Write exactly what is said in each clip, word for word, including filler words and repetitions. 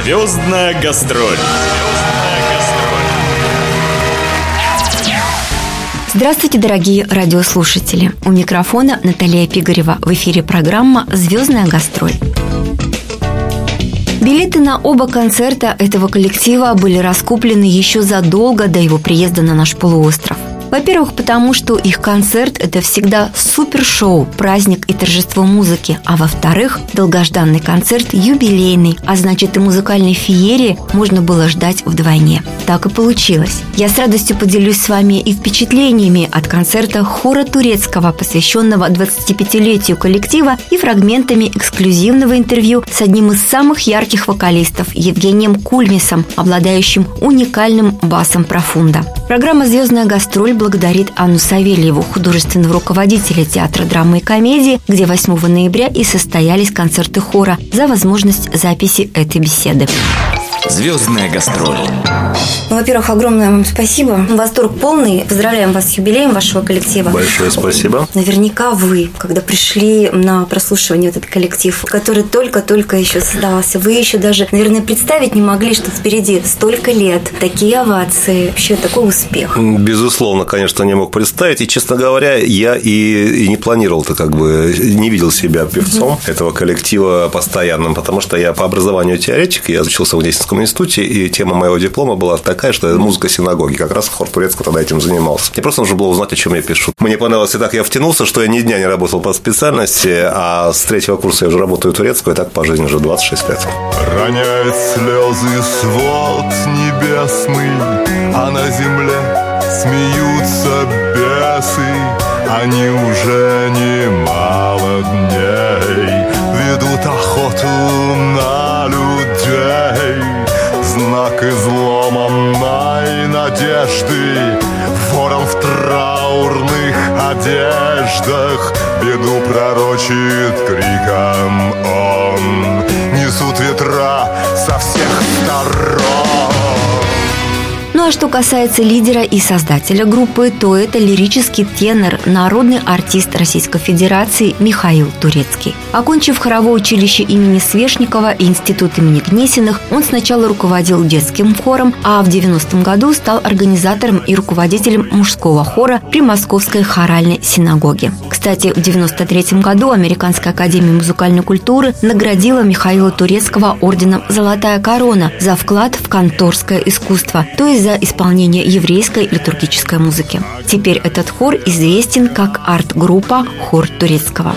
Звездная гастроль. Здравствуйте, дорогие радиослушатели! У микрофона Наталья Пигарева. В эфире программа «Звездная гастроль». Билеты на оба концерта этого коллектива были раскуплены еще задолго до его приезда на наш полуостров. Во-первых, потому что их концерт – это всегда супершоу, праздник и торжество музыки. А во-вторых, долгожданный концерт юбилейный, а значит и музыкальной феерии можно было ждать вдвойне. Так и получилось. Я с радостью поделюсь с вами и впечатлениями от концерта хора турецкого, посвященного двадцатипятилетию коллектива, и фрагментами эксклюзивного интервью с одним из самых ярких вокалистов Евгением Кульмисом, обладающим уникальным басом профунда. Программа «Звездная гастроль» благодарит Анну Савельеву, художественного руководителя театра драмы и комедии, где восьмого ноября и состоялись концерты хора, за возможность записи этой беседы. Звездная гастроль. Ну, во-первых, огромное вам спасибо. Восторг полный. Поздравляем вас с юбилеем вашего коллектива. Большое спасибо. Наверняка вы, когда пришли на прослушивание в этот коллектив, который только-только еще создавался, вы еще даже, наверное, представить не могли, что впереди столько лет, такие овации, вообще такой успех. Безусловно, конечно, не мог представить. И, честно говоря, я и, и не планировал-то, как бы, не видел себя певцом угу. этого коллектива постоянным, потому что я по образованию теоретик, я учился в Гнесинском институте, и тема моего диплома была такая, что это музыка синагоги. Как раз хор турецкого тогда этим занимался. Мне просто нужно было узнать, о чем я пишу. Мне понравилось, и так я втянулся, что я ни дня не работал по специальности, а с третьего курса я уже работаю турецкую, и так по жизни уже двадцать шесть лет. Роняет слезы свод небесный, а на земле смеются бесы. Они уже немало дней ведут охоту на людей. Знак изломанной надежды, ворон в траурных одеждах, беду пророчит криком он. Несут ветра со всех сторон. Ну а что касается лидера и создателя группы, то это лирический тенор, народный артист Российской Федерации Михаил Турецкий. Окончив хоровое училище имени Свешникова и институт имени Гнесиных, он сначала руководил детским хором, а в девяностом году стал организатором и руководителем мужского хора при Московской хоральной синагоге. Кстати, в девяносто третьем году Американская академия музыкальной культуры наградила Михаила Турецкого орденом «Золотая корона» за вклад в канторское искусство, то есть за исполнение еврейской литургической музыки. Теперь этот хор известен как арт-группа «Хор Турецкого».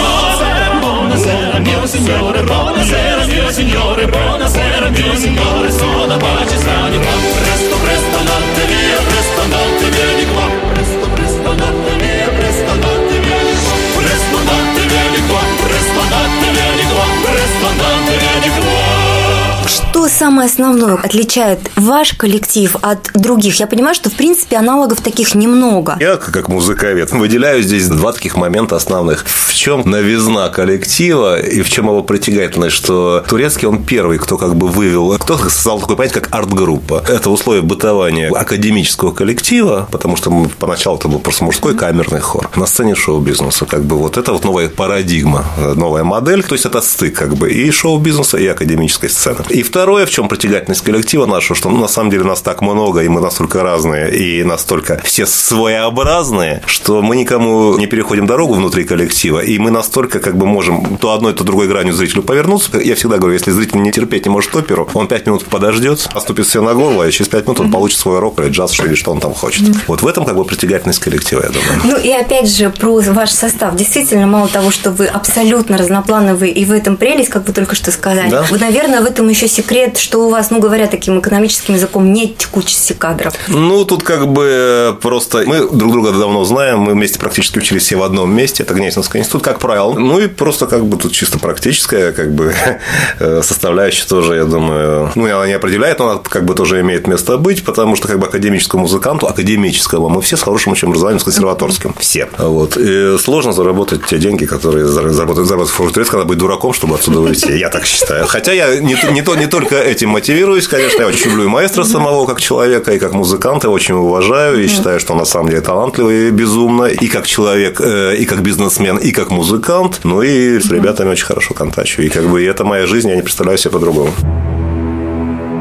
Что самое основное отличает ваш коллектив от других? Я понимаю, что, в принципе, аналогов таких немного. Я, как музыковед, выделяю здесь два таких момента основных. В чем новизна коллектива и в чем его притягательность, что Турецкий, он первый, кто как бы вывел, кто создал такое понятие, как арт-группа. Это условие бытования академического коллектива, потому что поначалу это был просто мужской камерный хор. На сцене шоу-бизнеса, как бы, вот это вот новая парадигма, новая модель, то есть это стык, как бы, и шоу-бизнеса, и академической сцены. И второе, в чем притягательность коллектива нашего, что ну, на самом деле нас так много, и мы настолько разные, и настолько все своеобразные, что мы никому не переходим дорогу внутри коллектива, и мы настолько как бы можем то одной, то другой гранью зрителю повернуться. Я всегда говорю, если зритель не терпеть не может оперу, он пять минут подождет, оступит все на голову, а через пять минут он получит свой рок или джаз, или что он там хочет. Вот в этом как бы притягательность коллектива, я думаю. Ну и опять же про ваш состав. Действительно, мало того, что вы абсолютно разноплановые, и в этом прелесть, как вы только что сказали. Да? Вы, наверное, в этом еще секрет, что у вас, ну говоря таким экономическим языком, нет текучести кадров. Ну, тут как бы просто мы друг друга давно знаем, мы вместе практически учились все в одном месте, это Гнесинский институт, как правило. Ну и просто как бы тут чисто практическая как бы составляющая тоже, я думаю, ну, она не определяет, но она как бы тоже имеет место быть, потому что как бы академическому музыканту, академическому, мы все с хорошим учебным образованием, с консерваторским, все. Вот. И сложно заработать те деньги, которые заработают в Хор Турецкого, надо быть дураком, чтобы отсюда уйти, я так считаю. Хотя я не, не, то, не только этим мотивируюсь, конечно, я очень люблю и маэстро самого как человека, и как музыканта, очень уважаю, и считаю, что он на самом деле талантливый безумно, и как человек, и как бизнесмен, и как музыкант, ну и с ребятами очень хорошо контачу, и как бы это моя жизнь, я не представляю себе по-другому.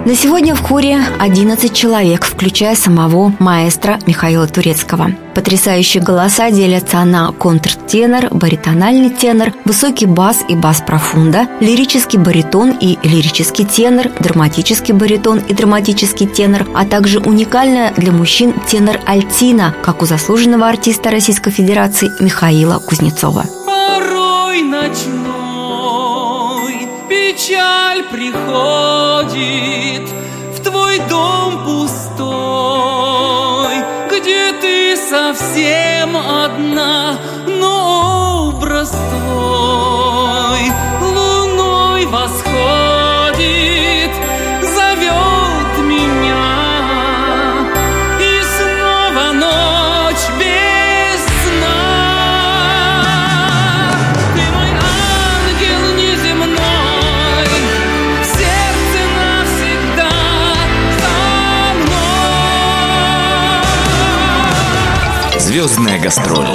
На сегодня в хоре одиннадцать человек, включая самого маэстро Михаила Турецкого. Потрясающие голоса делятся на контртенор, баритональный тенор, высокий бас и бас-профунда, лирический баритон и лирический тенор, драматический баритон и драматический тенор, а также уникальная для мужчин тенор-альтина, как у заслуженного артиста Российской Федерации Михаила Кузнецова. Порой ночной печаль приходит в твой дом пустой, где ты совсем одна, но образ твой луной восходит, зовет меня, и снова ночь без сна. Ты мой ангел неземной, в сердце навсегда со мной. Звездная гастроль.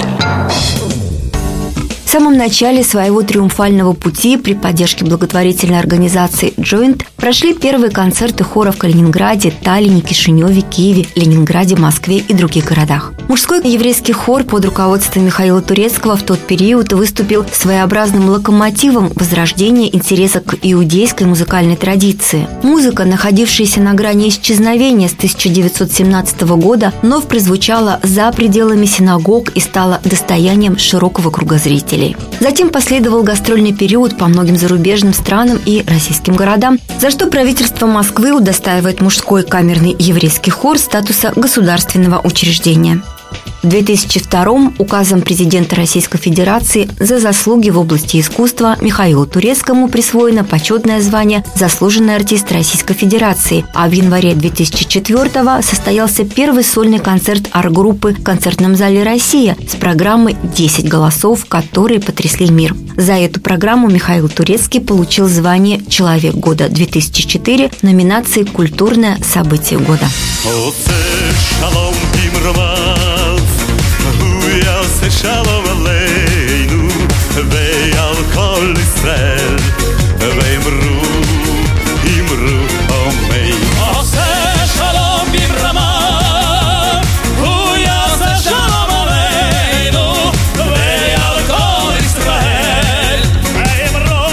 В самом начале своего триумфального пути при поддержке благотворительной организации «Джойнт» прошли первые концерты хора в Калининграде, Таллине, Кишиневе, Киеве, Ленинграде, Москве и других городах. Мужской еврейский хор под руководством Михаила Турецкого в тот период выступил своеобразным локомотивом возрождения интереса к иудейской музыкальной традиции. Музыка, находившаяся на грани исчезновения с тысяча девятьсот семнадцатого года, вновь прозвучала за пределами синагог и стала достоянием широкого круга зрителей. Затем последовал гастрольный период по многим зарубежным странам и российским городам, за что правительство Москвы удостаивает мужской камерный еврейский хор статуса государственного учреждения. В две тысячи втором указом президента Российской Федерации за заслуги в области искусства Михаилу Турецкому присвоено почетное звание «Заслуженный артист Российской Федерации», а в январе две тысячи четвёртого состоялся первый сольный концерт арт-группы в концертном зале «Россия» с программой «десять голосов», которые потрясли мир. За эту программу Михаил Турецкий получил звание «Человек года» две тысячи четыре в номинации «Культурное событие года». שלום עלינו ועל כל ישראל ואמרו, אמרו אמן. עושה שלום במרמה הוא יעשה שלום עלינו ועל כל ישראל ואמרו,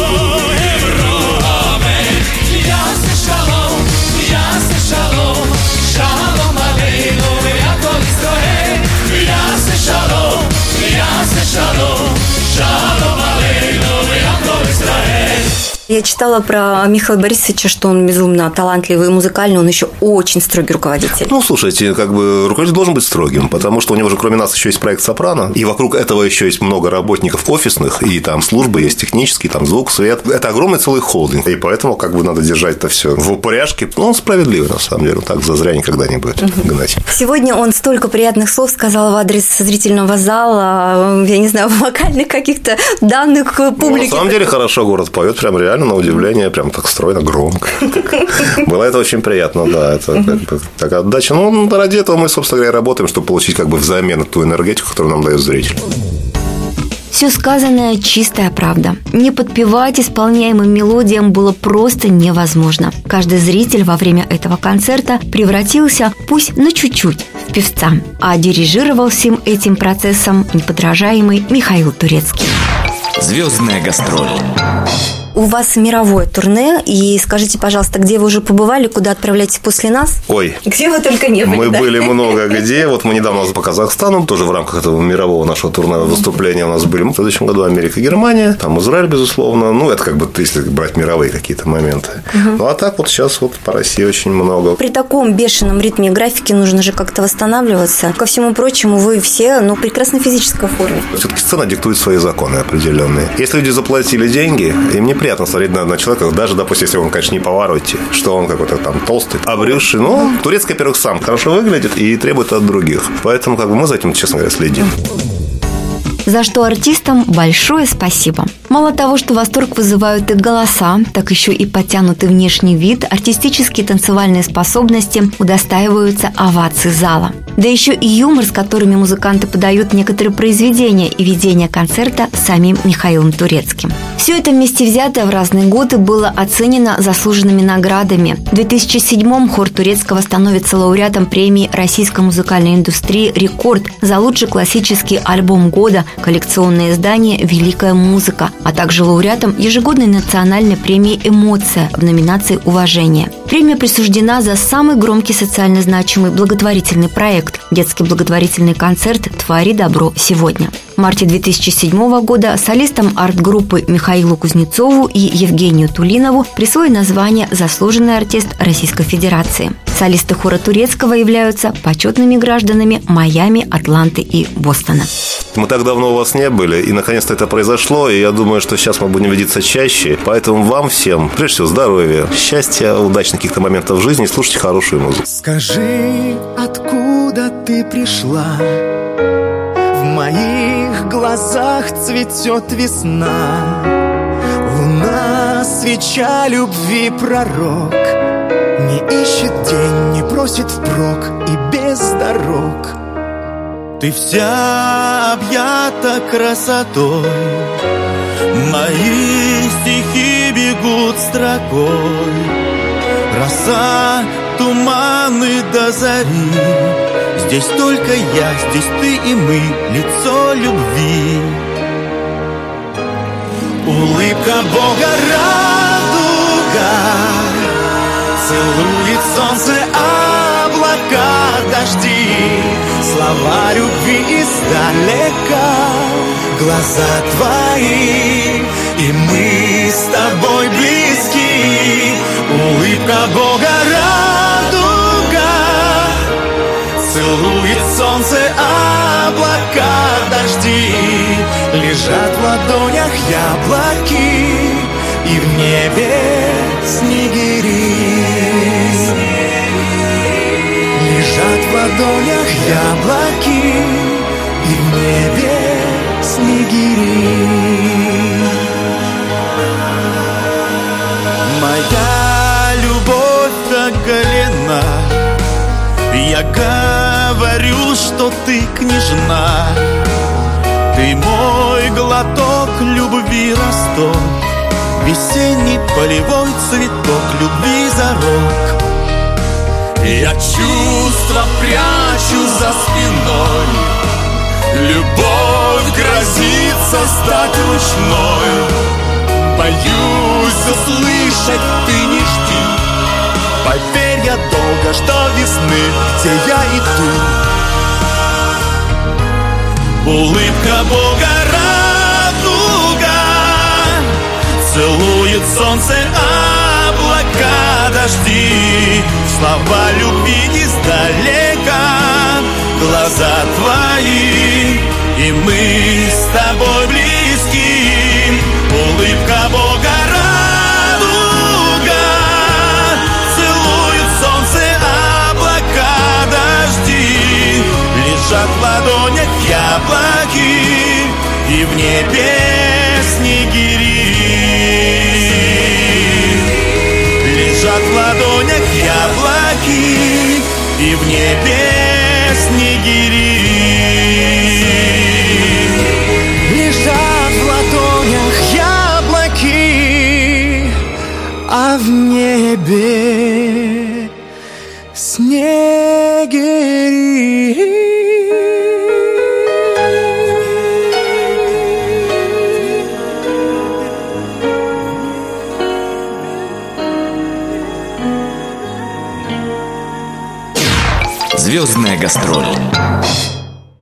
אמרו אמן. יעשה שלום, יעשה שלום, שלום עלינו ועל כל ישראל ויעשה שלום, ויעשה שלום, שלום עלינו ועל כל ישראל. Я читала про Михаила Борисовича, что он безумно талантливый и музыкальный, он еще очень строгий руководитель. Ну, слушайте, как бы руководитель должен быть строгим, потому что у него же кроме нас еще есть проект «Сопрано», и вокруг этого еще есть много работников офисных, и там службы есть технические, там звук, свет. Это огромный целый холдинг, и поэтому как бы надо держать это все в упряжке. Ну, он справедливый, на самом деле, так зазря никогда не будет гнать. Сегодня он столько приятных слов сказал в адрес зрительного зала, я не знаю, вокальных каких-то данных публики. Ну, на самом деле хорошо город поет, прям реально на удивление, прям так стройно, громко. Было это очень приятно, да. Это как бы такая отдача. Ну, ради этого мы, собственно говоря, работаем, чтобы получить как бы взамен ту энергетику, которую нам дает зритель. Все сказанное – чистая правда. Не подпевать исполняемым мелодиям было просто невозможно. Каждый зритель во время этого концерта превратился, пусть на чуть-чуть, в певца. А дирижировал всем этим процессом неподражаемый Михаил Турецкий. Звездная гастроль. У вас мировое турне, и скажите, пожалуйста, где вы уже побывали, куда отправляетесь после нас? Ой. Где вы только не были, Мы да? были много где. Вот мы недавно по Казахстану, тоже в рамках этого мирового нашего турне выступления у нас были. В следующем году Америка, Германия, там Израиль, безусловно. Ну, это как бы, если брать мировые какие-то моменты. Угу. Ну, а так вот сейчас вот по России очень много. При таком бешеном ритме графики нужно же как-то восстанавливаться. Ко всему прочему, вы все, ну, прекрасно в физической форме. Все-таки сцена диктует свои законы определенные. Если люди заплатили деньги, им неприятно смотреть на, на человека, даже, допустим, если он, конечно, не Паваротти, что он какой-то там толстый, обрюзший. Ну, Турецкий, во-первых, сам хорошо выглядит и требует от других. Поэтому как бы мы за этим, честно говоря, следим. За что артистам большое спасибо. Мало того, что восторг вызывают их голоса, так еще и подтянутый внешний вид, артистические танцевальные способности удостаиваются оваций зала. Да еще и юмор, с которыми музыканты подают некоторые произведения и ведение концерта самим Михаилом Турецким. Все это вместе взятое в разные годы было оценено заслуженными наградами. В две тысячи седьмом хор Турецкого становится лауреатом премии российской музыкальной индустрии «Рекорд» за лучший классический альбом года, коллекционное издание «Великая музыка», а также лауреатом ежегодной национальной премии «Эмоция» в номинации «Уважение». Премия присуждена за самый громкий социально значимый благотворительный проект – детский благотворительный концерт «Твори добро сегодня». В марте две тысячи седьмого года солистам арт-группы Михаилу Кузнецову и Евгению Тулинову присвоено звание «Заслуженный артист Российской Федерации». Солисты хора Турецкого являются почетными гражданами Майами, Атланты и Бостона. Мы так давно у вас не были, и наконец-то это произошло, и я думаю, что сейчас мы будем видеться чаще. Поэтому вам всем, прежде всего, здоровья, счастья, удачных каких-то моментов в жизни, и слушайте хорошую музыку. Скажи, откуда ты пришла? В моих глазах цветет весна. Луна, свеча любви, пророк. Не ищет день, не просит впрок и без дорог. Ты вся объята красотой, мои стихи бегут строкой. Роса, туманы до зари, здесь только я, здесь ты и мы, лицо любви. Улыбка Бога радуга, целует солнце, облака, дожди, слова любви издалека, глаза твои, и мы с тобой близки. Улыбка Бога радуга, целует солнце, облака, дожди, лежат в ладонях яблоки, и в небе снегири. Лежат в ладонях яблоки, и в небе снегири. Моя любовь оголена, я говорю, что ты княжна. Ты мой глоток любви, росток, весенний полевой цветок любви зарок. Я чувства прячу за спиной, любовь грозится стать ручной. Боюсь услышать, ты не жди, поверь, я долго ждал весны, где я иду. Улыбка Бога радуга, целует солнце, облака, дожди, слова любви издалека, глаза твои, и мы с тобой близки. Улыбка Бога радуга, целует солнце, облака, дожди, лежат в ладонях яблоки, и в небе снегири. Лежат в ладонях яблоки, и в небе снегири. Лежат в ладонях яблоки, а в небе снегири. Звездная гастроль.